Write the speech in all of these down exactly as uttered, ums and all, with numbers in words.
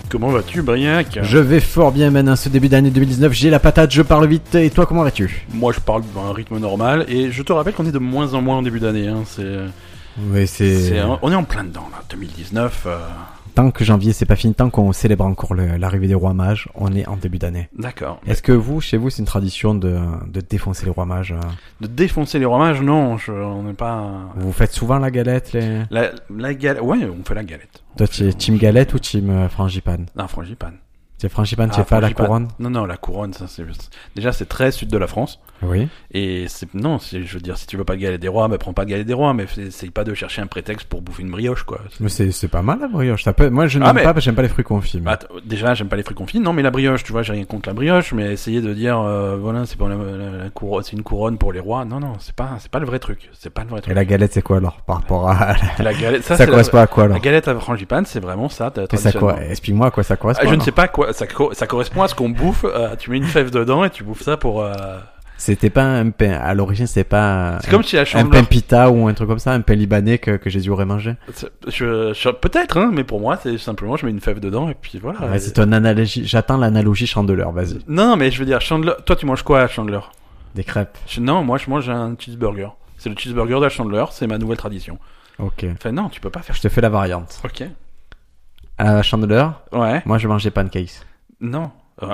Comment vas-tu, Briac ? Je vais fort bien maintenant, ce début d'année deux mille dix-neuf, j'ai la patate, je parle vite, et toi comment vas-tu ? Moi je parle à un rythme normal, et je te rappelle qu'on est de moins en moins en début d'année, hein. c'est... Oui, c'est... c'est... On est en plein dedans, là, deux mille dix-neuf... Euh... Tant que janvier c'est pas fini, tant qu'on célèbre encore le, l'arrivée des rois mages, on est en début d'année. D'accord. Est-ce que vous, chez vous, c'est une tradition de, de défoncer les rois mages ? De défoncer les rois mages, non, je... on n'est pas... Vous faites souvent la galette, les... La, la galette, ouais, on fait la galette. Toi, tu es team galette ou team euh, frangipane ? Non, frangipane. Tu es frangipane, Ah, tu es pas la frangipane. couronne ? Non, non, la couronne, ça c'est... Déjà, c'est très sud de la France. Oui. Et c'est... Non, c'est... je veux dire, si tu veux pas de galette des rois, bah prends pas de galette des rois, mais c'est pas de chercher un prétexte pour bouffer une brioche, quoi. C'est... Mais c'est, c'est pas mal la brioche. Ça peut... Moi, je Ah, n'aime mais... pas parce que j'aime pas les fruits confits. Mais... Attends, déjà, j'aime pas les fruits confits. Non, mais la brioche, tu vois, j'ai rien contre la brioche, mais essayer de dire, euh, voilà, c'est pour la, la, la couronne, c'est une couronne pour les rois. Non, non, c'est pas, c'est pas le vrai truc. C'est pas le vrai truc. Et la galette, c'est quoi alors par rapport à la galette Ça, ça correspond la... à quoi alors ? La galette à frangipane, c'est vraiment ça. Et ça quoi ? Explique-moi à quoi ça correspond. Ah, je alors. ne sais pas quoi. Ça, co- ça correspond à ce qu'on bouffe. Euh, tu mets une fève dedans et tu bouffes ça pour. Euh... C'était pas un pain. À l'origine, c'était pas. C'est un... comme si la un chandeleur... pain pita ou un truc comme ça, un pain libanais que, que Jésus aurait mangé. Je, je, peut-être, hein, mais pour moi, c'est simplement je mets une fève dedans et puis voilà. Ouais, c'est ton analogie. J'attends l'analogie chandeleur. Vas-y. Non, non, mais je veux dire, chandeleur. Toi, tu manges quoi, chandeleur ? Des crêpes. Je... Non, moi, je mange un cheeseburger. C'est le cheeseburger de la chandeleur. C'est ma nouvelle tradition. Ok. Enfin, non, tu peux pas faire. Je te fais la variante. Ok. À la chandeleur. Ouais. Moi, je mange des pancakes. Non. Euh,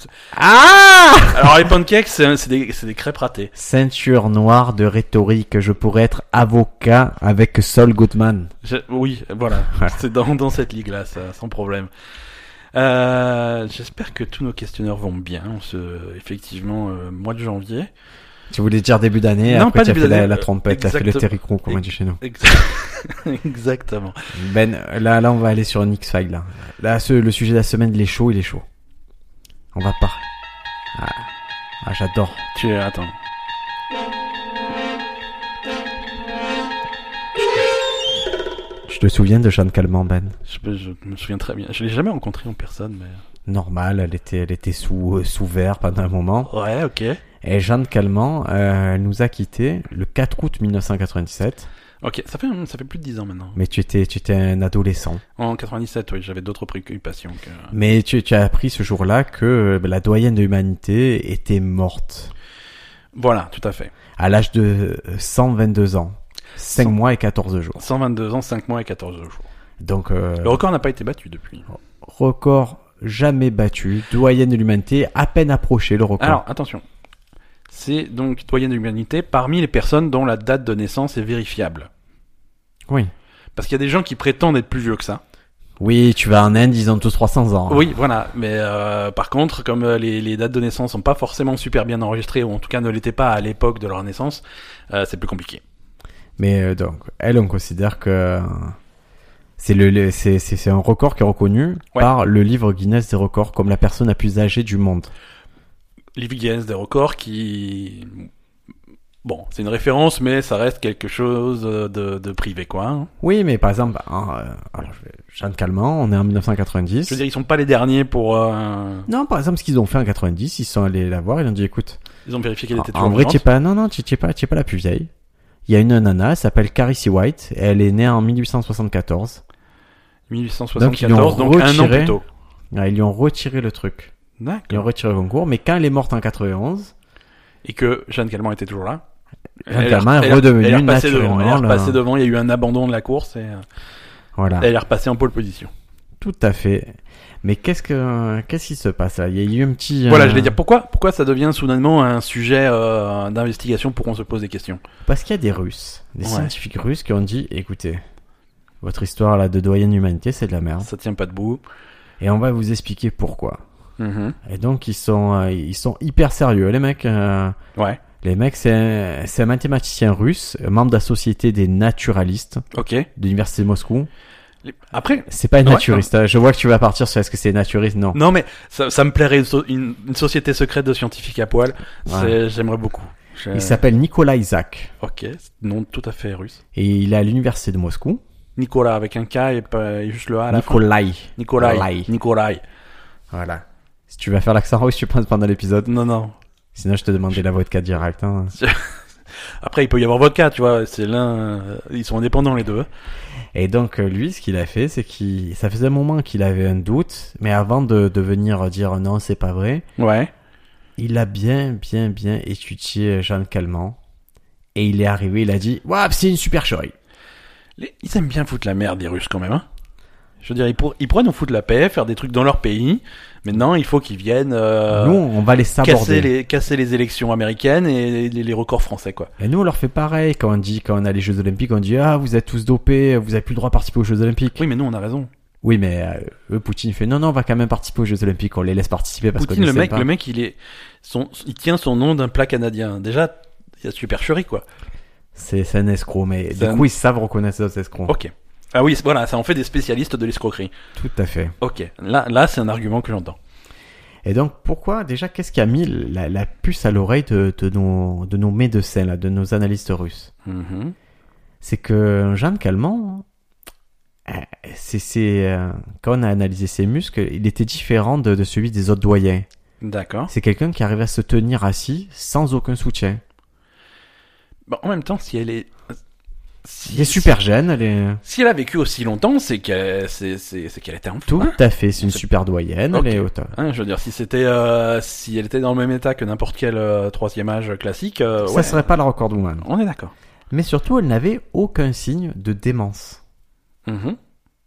Ah Alors les pancakes, c'est, c'est, des, c'est des crêpes ratées. Ceinture noire de rhétorique. Je pourrais être avocat avec Saul Goodman. Je, oui, voilà. C'est dans, dans cette ligue-là, ça, sans problème. Euh, j'espère que tous nos questionneurs vont bien. On se, effectivement, euh, mois de janvier. Tu voulais dire début d'année, non, après pas tu as début fait la, d'année. la trompette, tu as fait le Exact- terricon, comme on dit chez nous. Exact- Exactement. Ben, là, là, on va aller sur un X-File, là. Là, ce, le sujet de la semaine, il est chaud, il est chaud. On va pas. Ah, ah j'adore. Tu attends. Tu te souviens de Jeanne Calment, Ben ? Je, je me souviens très bien. Je l'ai jamais rencontrée en personne, mais. Normal, elle était, elle était sous, euh, sous verre pendant un moment. Ouais, ok. Et Jeanne Calment, euh, elle nous a quittés le quatre août mille neuf cent quatre-vingt-dix-sept. Ok, ça fait, ça fait plus de dix ans maintenant. Mais tu étais, tu étais un adolescent. En quatre-vingt-dix-sept, oui, j'avais d'autres préoccupations que... Mais tu, tu as appris ce jour-là que euh, la doyenne de l'humanité était morte. Voilà, tout à fait. À l'âge de cent vingt-deux ans. cinq cent mois et quatorze jours. cent vingt-deux ans, cinq mois et quatorze jours. Donc, euh, Le record n'a pas été battu depuis. record jamais battu. Doyenne de l'humanité, à peine approché le record. Alors, attention. C'est donc doyenne de l'humanité parmi les personnes dont la date de naissance est vérifiable. Oui. Parce qu'il y a des gens qui prétendent être plus vieux que ça. Oui, tu vas en Inde, ils ont tous trois cents ans. Oui, voilà. Mais euh, par contre, comme euh, les, les dates de naissance sont pas forcément super bien enregistrées, ou en tout cas ne l'étaient pas à l'époque de leur naissance, euh, c'est plus compliqué. Mais euh, donc, elle, on considère que c'est le, le c'est, c'est c'est un record qui est reconnu Ouais. par le livre Guinness des records comme la personne la plus âgée du monde. Livre Guinness des records qui... Bon, c'est une référence, mais ça reste quelque chose de, de privé, quoi. Hein. Oui, mais par exemple, en, euh, alors, je vais- Jeanne Calment, on est en mille neuf cent quatre-vingt-dix. Je veux dire, ils sont pas les derniers pour... Euh... Non, par exemple, ce qu'ils ont fait en quatre-vingt-dix, ils sont allés la voir, ils ont dit, écoute, Ils ont vérifié qu'elle était en, toujours en vrai, tu es vivante. pas, non, non, tu tu es pas, tu es pas la plus vieille. Il y a une nana, elle s'appelle Carrie C. White, et elle est née en mille huit cent soixante-quatorze. mille huit cent Donc, ils lui ont soixante-quatorze, donc, un an retiré- plus tôt. Ah, ils lui ont retiré le truc. Ils ont D'accord. retiré le concours, mais quand elle est morte en quatre-vingt-onze, Et que Jeanne Calment était toujours là. Jeanne Calment est elle- redevenue elle est repassée devant. Elle est naturellement repassée le- devant. Il y a eu un abandon de la course et euh, voilà. elle est repassée en pole position. Tout à fait. Mais qu'est-ce que, qu'est-ce qui se passe là? Il y a eu un petit. Voilà, euh, je vais dire pourquoi. Pourquoi ça devient soudainement un sujet euh, d'investigation pour qu'on se pose des questions. Parce qu'il y a des Russes, des Ouais. scientifiques russes qui ont dit, écoutez, votre histoire là de doyenne humanité, c'est de la merde. Ça tient pas debout. Et on va vous expliquer pourquoi. Mhm. Et donc ils sont, euh, ils sont hyper sérieux, les mecs. euh, Ouais. Les mecs, c'est un, c'est un mathématicien russe, membre de la société des naturalistes Ok. de l'université de Moscou. Les- Après. C'est pas un Ouais, naturiste. hein. Je vois que tu vas partir sur est-ce que c'est naturiste. Non. Non mais ça, ça me plairait une, so- une, une société secrète de scientifiques à poil. C'est, Ouais. j'aimerais beaucoup. Je- Il s'appelle Nicolas Isaac. Ok. Nom tout à fait russe. Et il est à l'université de Moscou. Nicolas avec un K et, pas, et juste le A à la fin. Nikolai. Nikolai. Nikolai. Nikolai. Voilà. Si tu vas faire l'accent russe, tu penses pendant l'épisode. Non non. Sinon, je te demandais la vodka direct. Hein. Après, il peut y avoir vodka, tu vois. C'est l'un. euh, Ils sont indépendants les deux. Et donc euh, lui, ce qu'il a fait, c'est qu'il, ça faisait un moment qu'il avait un doute, mais avant de, de venir dire non, c'est pas vrai, Ouais. il a bien, bien, bien étudié Jeanne Calment. Et il est arrivé, il a dit, waouh, c'est une supercherie. Les- Ils aiment bien foutre la merde, les Russes, quand même, hein. Je veux dire, ils, pour... ils pourraient nous foutre la paix, faire des trucs dans leur pays. Maintenant, il faut qu'ils viennent euh, Nous, on va les saborder. casser, les... casser les élections américaines et les, les records français, quoi. Et nous, on leur fait pareil. Quand on dit, quand on a les Jeux Olympiques, on dit, ah, vous êtes tous dopés, vous avez plus le droit de participer aux Jeux Olympiques. Oui, mais nous, on a raison. Oui, mais euh, eux, Poutine fait, non, non, on va quand même participer aux Jeux Olympiques, on les laisse participer parce Poutine, qu'on le ne mec, pas. le mec, il est, son... il tient son nom d'un plat canadien. Déjà, il y a supercherie, quoi. C'est, c'est un escroc, mais C'est du un- coup, ils savent reconnaître ces escrocs. Ok. Ah oui, c'est- voilà, ça en fait des spécialistes de l'escroquerie. Tout à fait. Ok. Là, là, c'est un argument que j'entends. Et donc, pourquoi, déjà, qu'est-ce qui a mis la, la puce à l'oreille de, de, nos, de nos médecins, là, de nos analystes russes? Mhm. C'est que Jeanne Calment, euh, c'est, c'est, euh, quand on a analysé ses muscles, il était différent de, de celui des autres doyens. D'accord. C'est quelqu'un qui arrivait à se tenir assis sans aucun soutien. Bon, en même temps, si elle est, si, Il est super jeune, elle est... Si elle a vécu aussi longtemps, c'est qu'elle, c'est, c'est, c'est qu'elle était en Tout forme. à fait, c'est une C'est- super doyenne, Ok. elle est au top. Hein, je veux dire, si c'était, euh, si elle était dans le même état que n'importe quel euh, troisième âge classique, euh, Ça ouais, serait pas la record woman. on est d'accord. Mais surtout, elle n'avait aucun signe de démence. Mhm.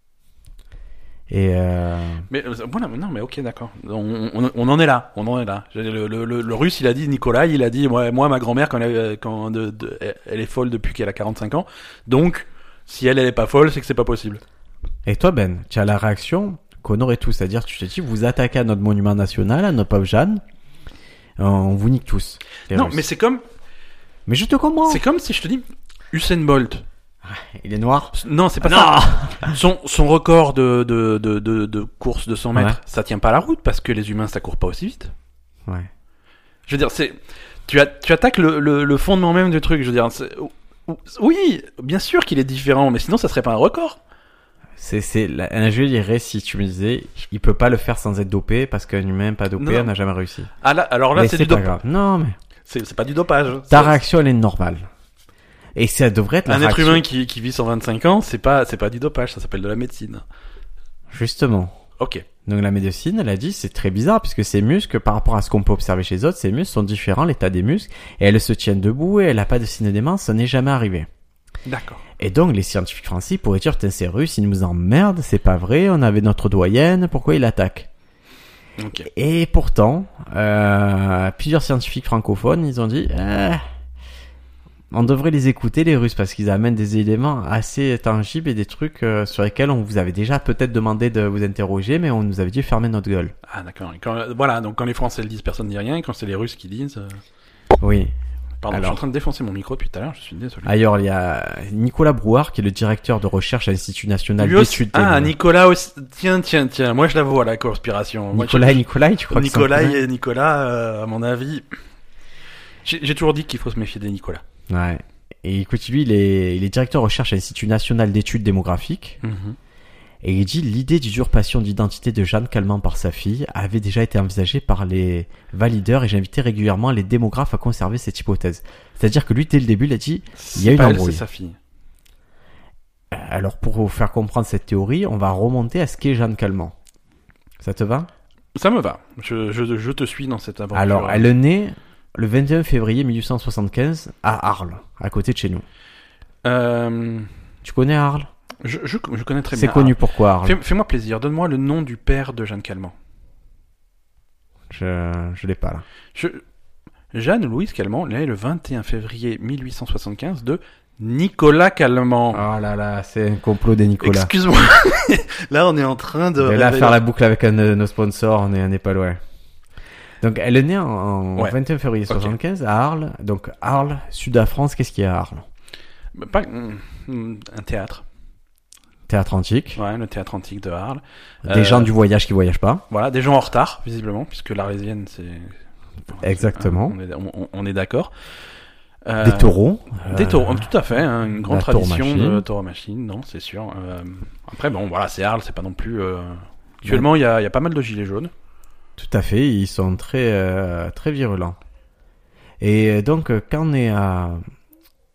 Et euh... Mais euh, voilà, non, mais ok, d'accord. On, on, on en est là, on en est là. Je veux dire, Le, le, le, le Russe, il a dit, Nicolas, il a dit, moi, moi ma grand-mère, quand, elle, quand de, de, elle est folle depuis qu'elle a quarante-cinq ans, donc si elle, elle est pas folle, c'est que c'est pas possible. Et toi, Ben, tu as la réaction qu'on aurait tous, c'est-à-dire tu te dis, vous attaquez à notre monument national, à notre pauvre Jeanne, on vous nique tous. les Non, Russes. mais c'est comme, Mais je te comprends. c'est comme si je te dis, Usain Bolt. Il est noir. Non, c'est pas Non. ça. Son, son record de, de, de, de, de course de cent mètres, Ouais. ça tient pas la route parce que les humains, ça court pas aussi vite. Ouais. Je veux dire, c'est, tu, as, tu attaques le, le, le fondement même du truc. Je veux dire, c'est- oui, bien sûr qu'il est différent, mais sinon, ça serait pas un record. C'est, c'est la- un jeu dirait si tu me disais, il peut pas le faire sans être dopé parce qu'un humain pas dopé, Non, non. on n'a jamais réussi. Ah là, alors là, Mais c'est, c'est du pas dopage. grave. Non, mais C'est, c'est pas du dopage. ta C'est- réaction elle est normale. Et ça devrait être la Un être réaction. humain qui, qui vit cent vingt-cinq ans, c'est pas, c'est pas du dopage, ça s'appelle de la médecine. Justement. Ok. Donc la médecine, elle a dit, c'est très bizarre puisque ces muscles, par rapport à ce qu'on peut observer chez les autres, ces muscles sont différents, l'état des muscles, et elles se tiennent debout et elle a pas de signe de démence, ça n'est jamais arrivé. D'accord. Et donc les scientifiques français pourraient dire, tiens, ces Russes, ils nous emmerdent, c'est pas vrai, on avait notre doyenne, pourquoi ils l'attaquent? Ok. Et pourtant, euh, plusieurs scientifiques francophones, ils ont dit, euh, on devrait les écouter, les Russes, parce qu'ils amènent des éléments assez tangibles et des trucs euh, sur lesquels on vous avait déjà peut-être demandé de vous interroger, mais on nous avait dit fermer notre gueule. Ah, d'accord. Et quand- voilà, donc quand les Français le disent, personne ne dit rien, et quand c'est les Russes qui disent, euh, Oui. pardon, Alors. je suis en train de défoncer mon micro depuis tout à l'heure, je suis désolé. Ailleurs, il y a Nicolas Brouard, qui est le directeur de recherche à l'Institut National Lui aussi- d'études. Ah, des- Nicolas aussi. Tiens, tiens, tiens. Moi, je la vois, la conspiration. Moi, Nicolas je- et Nicolas, tu crois que c'est un Nicolas cousin et Nicolas, euh, à mon avis. J'ai j'ai toujours dit qu'il faut se méfier des Nicolas. Ouais. Et écoute, lui, il est, il est directeur de recherche à l'Institut National d'études démographiques. Et il dit l'idée d'usurpation d'identité de Jeanne Calment par sa fille avait déjà été envisagée par les valideurs et j'invitais régulièrement les démographes à conserver cette hypothèse. C'est-à-dire que lui, dès le début, il a dit il y a C'est une pas elle, embrouille. c'est sa fille. Alors pour vous faire comprendre cette théorie, on va remonter à ce qu'est Jeanne Calment. Ça te va? Ça me va. Je, je, je te suis dans cette aventure. Alors, elle est née le vingt et un février mille huit cent soixante-quinze à Arles, à côté de chez nous. Euh, Tu connais Arles? je, je, je connais très C'est bien. connu pourquoi Ah, Arles? fais- Fais-moi plaisir. Donne-moi le nom du père de Jeanne Calment. Je, je l'ai pas là. Je... Jeanne-Louise Calment, née le vingt et un février mille huit cent soixante-quinze de Nicolas Calment. Oh là là, c'est un complot des Nicolas. Excuse-moi. Là, on est en train de... Et là, révéler- faire la boucle avec un de nos sponsors, on est, on est pas loin. Donc, elle est née en, en Ouais. vingt et un février Ok. soixante-quinze à Arles. Donc, Arles, sud de la France, qu'est-ce qu'il y a à Arles? Pas... hum, Un théâtre. Théâtre antique. Ouais, le théâtre antique de Arles. Des Euh, gens du voyage qui voyagent pas. Voilà, des gens en retard, visiblement, puisque l'Arlésienne, c'est... Exactement. On est, on, on- on est d'accord. Euh, Des taureaux. Des Euh, taureaux, tout à fait, hein, une grande la tradition tauromachine. de tauromachine, non, c'est sûr. Euh, après, bon, voilà, c'est Arles, c'est pas non plus... euh, Actuellement, il y, a, il y a pas mal de gilets jaunes. Tout à fait, ils sont très, euh, très virulents. Et donc, euh, quand on est à...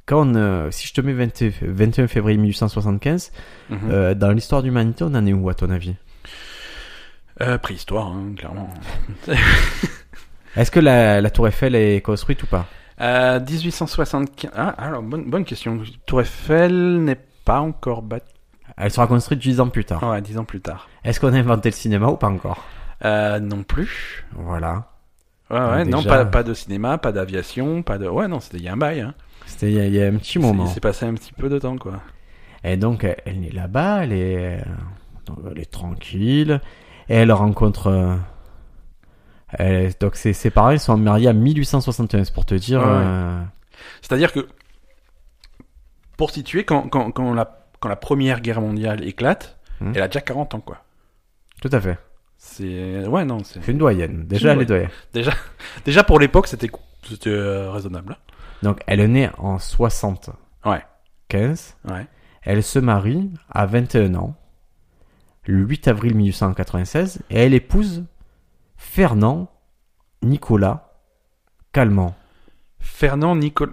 quand on, euh, si je te mets vingt, vingt et un février mille huit cent soixante-quinze, Mm-hmm. euh, dans l'histoire de l'humanité, on en est où à ton avis? Euh, préhistoire, hein, clairement. Est-ce que la, la tour Eiffel est construite ou pas? Euh, dix-huit cent soixante-quinze. Ah, alors, bonne, bonne question. Tour Eiffel n'est pas encore bâtie. Elle sera construite dix ans plus tard. Ouais, dix ans plus tard. Est-ce qu'on a inventé le cinéma ou pas encore? Euh, non plus. Voilà. Ouais, ouais, Donc non, déjà- pas, pas de cinéma, pas d'aviation, pas de. Ouais, non, c'était il y a un bail, hein. C'était il y, a- il y a un petit C'est- moment. Il s'est passé un petit peu de temps, quoi. Et donc, elle, elle est là-bas, elle est, euh, elle est tranquille, et elle rencontre. euh, elle- donc, ses, ses parents ils sont mariés en mille huit cent soixante et un, c'est pour te dire. Ouais. euh, C'est-à-dire que, pour situer, quand, quand, quand, la, quand la première guerre mondiale éclate, Hmm. elle a déjà quarante ans, quoi. Tout à fait. C'est. Ouais, non, c'est. C'est une doyenne. Déjà, une elle est doyenne. Déjà, déjà pour l'époque, c'était, c'était euh, raisonnable. Donc, elle est née en soixante-quinze. Ouais. Ouais. Elle se marie à vingt et un ans, le huit avril mille huit cent quatre-vingt-seize, et elle épouse Fernand Nicolas Calment. Fernand Nicole.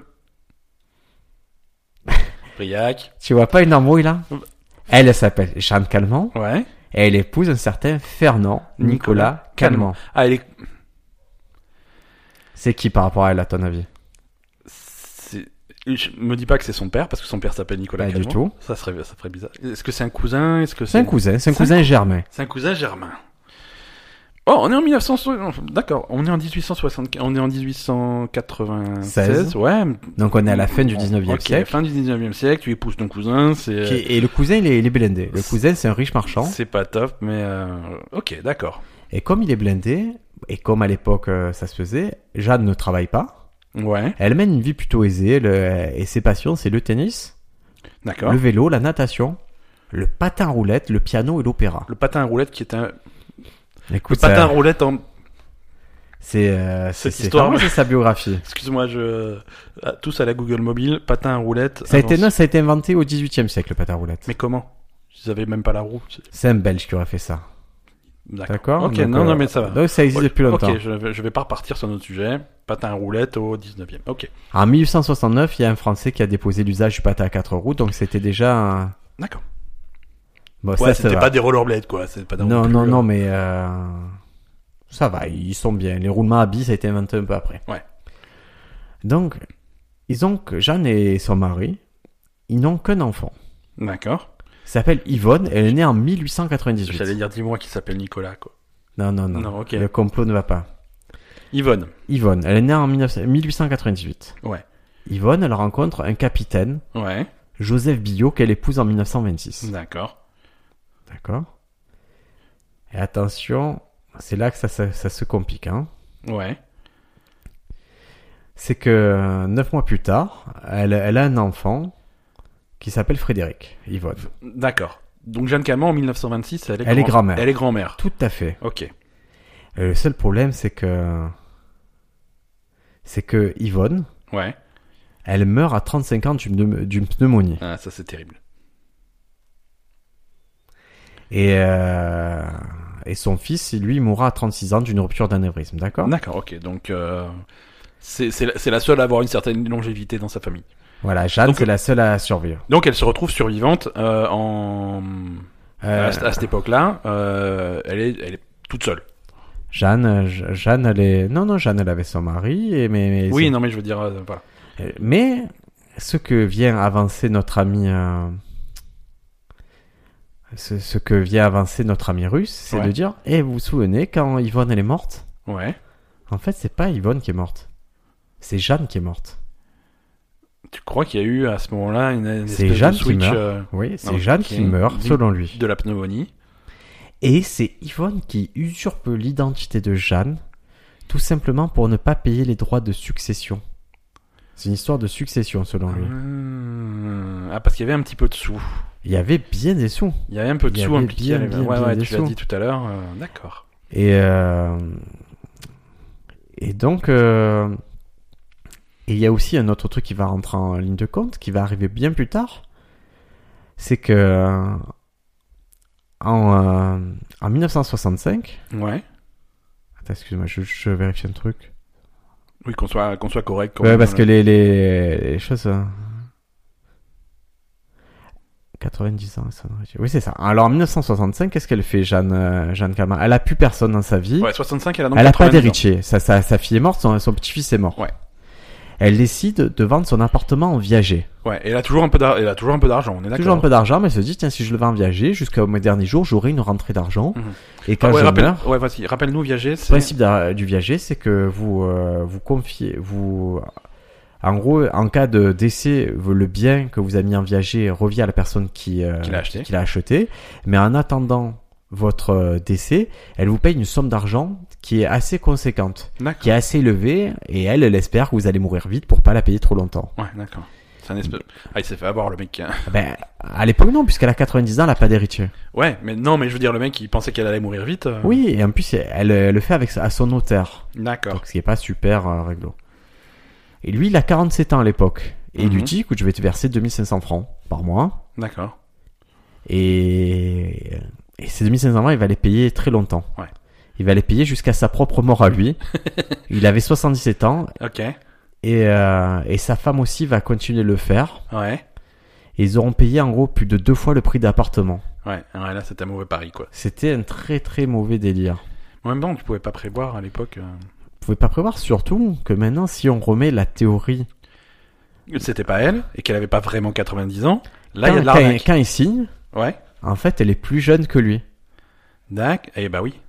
Briac. Tu vois pas une embrouille là? Elle, elle s'appelle Jeanne Calment, Ouais. et elle épouse un certain Fernand Nicolas, Nicolas Calment. Ah, elle est. C'est qui par rapport à elle, à ton avis? C'est... Je me dis pas que c'est son père, parce que son père s'appelle Nicolas Pas du Calment. tout. Ça serait, ça ferait bizarre. Est-ce que c'est un cousin? Est-ce que C'est un cousin, c'est un C'est cousin germain. C'est un cousin germain. Oh, on est en mille neuf cents. D'accord, on est en dix-huit cent soixante-quinze. On est en dix-huit cent quatre-vingt-seize. seize. Ouais. Donc on est à la fin du dix-neuvième Ok, siècle. fin du dix-neuvième siècle. Tu épouses ton cousin, c'est. Qui- Et le cousin, il est, il est blindé. Le cousin, c'est un riche marchand. C'est pas top, mais euh... ok, d'accord. Et comme il est blindé, et comme à l'époque euh, ça se faisait, Jeanne ne travaille pas. Ouais, Elle mène une vie plutôt aisée, le- et ses passions, c'est le tennis, d'accord. le vélo, la natation, le patin roulette, le piano et l'opéra. Le patin à roulette qui est un. Écoute, Le patin ça- à roulette en. c'est, euh, c'est, Cette c'est, histoire- vraiment, c'est sa biographie. Excuse-moi, je. Ah, tous à la Google mobile, patin à roulette. Ça a été, avance. non, ça a été inventé au dix-huitième siècle, le patin roulette. Mais comment? Ils avaient même pas la roue. c'est- C'est un Belge qui aurait fait ça. D'accord? Ok, Donc, non, euh, non, mais ça va. Donc ça existe depuis longtemps. Ok, je vais, je vais pas repartir sur notre sujet. Patin à roulette au dix-neuvième. Ok, En mille huit cent soixante-neuf, il y a un Français qui a déposé l'usage du patin à quatre roues, donc c'était déjà un... d'accord. Bon, Ouais, ça, ça c'était va. pas des rollerblades, quoi. C'est pas Non, plus, non, euh, non, mais euh, ça va, ils sont bien. Les roulements à billes, ça a été inventé un peu après. Ouais. Donc, ils ont que Jeanne et son mari, ils n'ont qu'un enfant. D'accord. Elle s'appelle Yvonne, elle est née en mille huit cent quatre-vingt-dix-huit. J'allais dire, dis-moi qui s'appelle Nicolas, quoi. Non, non, non, Non, ok. le complot ne va pas. Yvonne. Yvonne, elle est née en mille huit cent quatre-vingt-dix-huit. Ouais. Yvonne, elle rencontre un capitaine, Ouais. Joseph Billot, qu'elle épouse en mille neuf cent vingt-six. D'accord. D'accord. Et attention, c'est là que ça, ça, ça se complique, hein. Ouais. C'est que euh, neuf mois plus tard, elle, elle a un enfant qui s'appelle Frédéric, Yvonne. D'accord. Donc Jeanne Calment en mille neuf cent vingt-six, elle est, Elle est grand-mère. Elle est grand-mère. Tout à fait. Ok. Euh, le seul problème, c'est que c'est que Yvonne, Ouais. elle meurt à trente-cinq ans d'une pneum- d'une pneumonie. Ah, ça c'est terrible. Et euh, et son fils, lui, il mourra à trente-six ans d'une rupture d'anévrisme, d'accord? D'accord, ok. Donc euh, c'est c'est la, c'est la seule à avoir une certaine longévité dans sa famille. Voilà, Jeanne, Donc- c'est la seule à survivre. Donc elle se retrouve survivante euh, en Euh, à, cette- à cette époque-là. Euh, elle est elle est toute seule. Jeanne, euh, Je- Jeanne, elle est... Non, non, Jeanne, elle avait son mari, et mais... mais Oui, non mais je veux dire euh, voilà. Euh, Mais ce que vient avancer notre ami, euh, ce, ce que vient avancer notre ami russe, c'est Ouais. de dire, eh, vous vous souvenez quand Yvonne elle est morte? Ouais. En fait, c'est pas Yvonne qui est morte, c'est Jeanne qui est morte. Tu crois qu'il y a eu à ce moment-là une, une C'est espèce Jeanne de qui switch meurt. euh, Oui, c'est ok. Jeanne qui meurt, Du- selon lui. de la pneumonie. Et c'est Yvonne qui usurpe l'identité de Jeanne, tout simplement pour ne pas payer les droits de succession. C'est une histoire de succession, selon lui. Ah, parce qu'il y avait un petit peu de sous. Il y avait bien des sous. Il y avait un peu de Il y sous avait impliqués. bien, bien, ouais, bien ouais, des tu l'as sous. dit tout à l'heure. euh, D'accord. Et, euh, et donc, euh, et il y a aussi un autre truc qui va rentrer en ligne de compte, qui va arriver bien plus tard. C'est que euh, en, euh, en mille neuf cent soixante-cinq, Ouais. attends, excuse-moi, je, je vérifie un truc. Oui, qu'on soit, qu'on soit correct. quand Ouais, même, parce dans que la- les, les, les choses. euh, quatre-vingt-dix ans. Ça... Oui, c'est ça. Alors, en mille neuf cent soixante-cinq, qu'est-ce qu'elle fait, Jeanne, euh, Jeanne Calment? Elle a plus personne dans sa vie. Ouais, soixante-cinq, elle a donc Elle a pas quatre-vingt-dix ans. d'héritier. Sa, sa, sa fille est morte, son, son petit-fils est mort. Ouais. Elle décide de vendre son appartement en viager. Ouais, et elle a toujours un peu d'ar- elle a toujours un peu d'argent, on est d'accord. Toujours un peu d'argent, mais elle se dit, tiens, si je le vends en viager, jusqu'au mes derniers jours, j'aurai une rentrée d'argent. Mhm. Et quand Ah ouais, je rappelle, meurs, ouais, vas-y, rappelle-nous Viager, le c'est... principe d'a- du viager, c'est que vous, euh, vous confiez, vous, en gros, en cas de décès, le bien que vous avez mis en viager revient à la personne qui, euh, Qui l'a acheté. qui l'a acheté. Mais en attendant votre euh, décès, elle vous paye une somme d'argent qui est assez conséquente, D'accord. qui est assez élevée, et elle, elle espère que vous allez mourir vite pour pas la payer trop longtemps. Ouais, d'accord. C'est un espèce... Ah, il s'est fait avoir, le mec. hein. Ben, à l'époque, non, puisqu'elle a quatre-vingt-dix ans, elle a pas d'héritier. Ouais, mais non, mais je veux dire, le mec, il pensait qu'elle allait mourir vite. euh. Oui, et en plus, elle, elle le fait avec à son notaire. D'accord. Donc, ce qui est pas super euh, réglo. Et lui, il a quarante-sept ans à l'époque. Et il lui Mhm. dit, écoute, je vais te verser deux mille cinq cents francs par mois. D'accord. Et, et ces deux mille cinq cents francs, il va les payer très longtemps. Ouais. Il va les payer jusqu'à sa propre mort à lui. Il avait soixante-dix-sept ans. Ok. Et, euh, et sa femme aussi va continuer de le faire. Ouais. Et ils auront payé en gros plus de deux fois le prix d'appartement. Ouais. Ouais, là, c'était un mauvais pari, quoi. C'était un très très mauvais délire. En même temps, tu pouvais pas prévoir à l'époque. euh, Vous pouvez pas prévoir surtout que maintenant, si on remet la théorie... C'était pas elle, et qu'elle avait pas vraiment quatre-vingt-dix ans. Là, il y a quand, de quand, l'arnaque. quand il signe, Ouais. en fait, elle est plus jeune que lui. D'accord. Eh bah oui.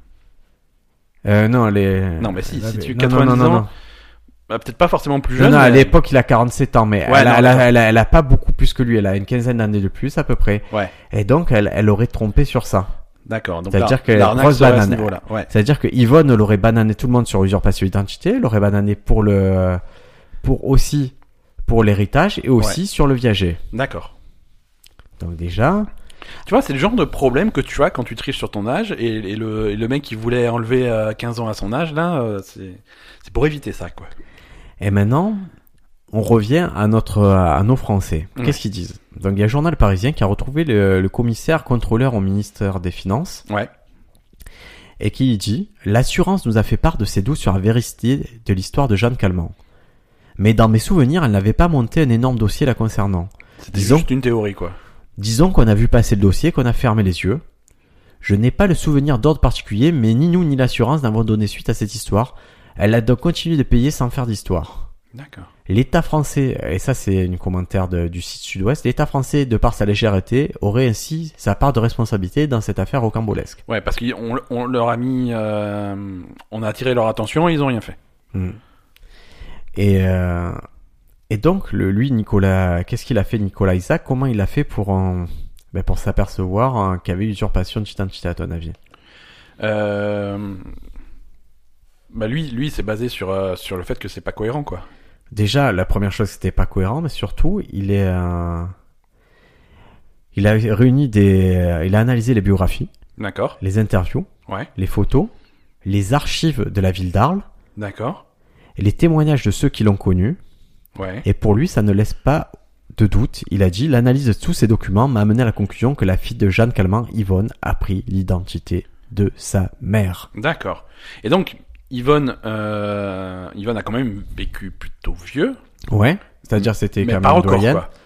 Euh, non, elle est... Non, mais si, elle si avait- tu non, quatre-vingt-dix non, non, ans, non. bah, peut-être pas forcément plus Non, jeune. non, à mais- l'époque, il a quarante-sept ans, mais Ouais, elle, a, non, elle, a, d'accord. elle, a, elle a pas beaucoup plus que lui. Elle a une quinzaine d'années de plus, à peu près. Ouais. Et donc, elle, elle aurait trompé sur ça. D'accord. Donc, C'est-à-dire l'ar- que l'arnaque grosse serait à ce banane. niveau-là. Ouais. C'est-à-dire que Yvonne l'aurait banané tout le monde sur usurpation d'identité, l'aurait banané pour le, pour aussi, pour l'héritage et aussi Ouais. sur le viager. D'accord. Donc déjà, Tu vois, c'est le genre de problème que tu as quand tu triches sur ton âge et, et le, et le mec qui voulait enlever euh, quinze ans à son âge, là, euh, c'est, c'est pour éviter ça, quoi. et maintenant, on revient à notre, à nos Français. Ouais. Qu'est-ce qu'ils disent? Donc il y a le journal parisien qui a retrouvé le, le commissaire contrôleur au ministère des Finances. Ouais. Et qui dit « L'assurance nous a fait part de ses doutes sur la vérité de l'histoire de Jeanne Calment. Mais dans mes souvenirs, elle n'avait pas monté un énorme dossier la concernant. C'était Disons- juste une théorie, quoi. Disons qu'on a vu passer le dossier, qu'on a fermé les yeux. Je n'ai pas le souvenir d'ordre particulier, mais ni nous ni l'assurance n'avons donné suite à cette histoire. Elle a donc continué de payer sans faire d'histoire. D'accord. L'État français, et ça c'est un commentaire de- du site Sud-Ouest, l'État français, de par sa légèreté, aurait ainsi sa part de responsabilité dans cette affaire rocambolesque. Ouais, parce qu'on on leur a mis... euh, on a attiré leur attention et ils ont rien fait. Mm. Et, euh, et donc, le, lui, Nicolas, qu'est-ce qu'il a fait, Nicolas Isaac? Comment il a fait pour, en, ben pour s'apercevoir hein, qu'il y avait usurpation d'identité, à ton avis? Euh... Bah lui, lui, c'est basé sur, euh, sur le fait que c'est pas cohérent, quoi. Déjà, la première chose, c'était pas cohérent, mais surtout, il est, euh, il a réuni des, il a analysé les biographies, D'accord. les interviews, Ouais. les photos, les archives de la ville d'Arles, D'accord. et les témoignages de ceux qui l'ont connu. Ouais. Et pour lui, ça ne laisse pas de doute. Il a dit, l'analyse de tous ces documents m'a amené à la conclusion que la fille de Jeanne Calment, Yvonne, a pris l'identité de sa mère. D'accord. Et donc, Yvonne, euh, Yvonne a quand même vécu plutôt vieux. Ouais. C'est-à-dire, c'était Mais quand pas même encore, doyenne. quoi.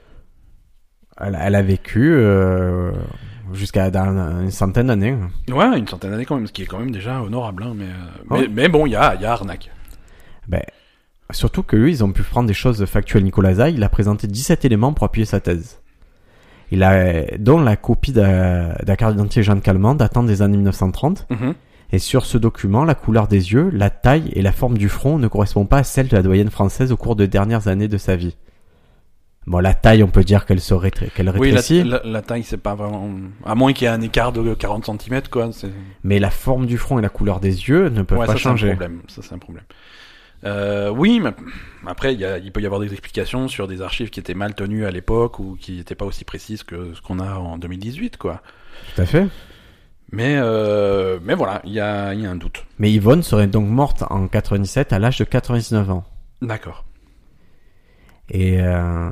Elle, elle a vécu euh, jusqu'à dans une centaine d'années. Ouais, une centaine d'années quand même, ce qui est quand même déjà honorable, hein, mais, euh, Ouais. mais, mais bon, il y a, il y a arnaque. Ben, surtout que lui, ils ont pu prendre des choses factuelles. Nicolas Zay, il a présenté dix-sept éléments pour appuyer sa thèse. Il a, dont la copie de, de la carte d'identité Jeanne Calment datant des années mille neuf cent trente. Mhm. Et sur ce document, la couleur des yeux, la taille et la forme du front ne correspondent pas à celle de la doyenne française au cours des dernières années de sa vie. Bon, la taille, on peut dire qu'elle serait ré- qu'elle Oui, la, rétrécit, la, la taille, c'est pas vraiment... À moins qu'il y ait un écart de quarante centimètres, quoi. C'est... mais la forme du front et la couleur des yeux ne peuvent Ouais, pas ça, c'est un changer. problème. Ça, c'est un problème. Euh, oui, mais après, il, y a, il peut y avoir des explications sur des archives qui étaient mal tenues à l'époque ou qui n'étaient pas aussi précises que ce qu'on a en deux mille dix-huit, quoi. Tout à fait. Mais, euh, mais voilà, il y a, il y a un doute. Mais Yvonne serait donc morte en quatre-vingt-dix-sept à l'âge de quatre-vingt-dix-neuf ans. D'accord. Et euh...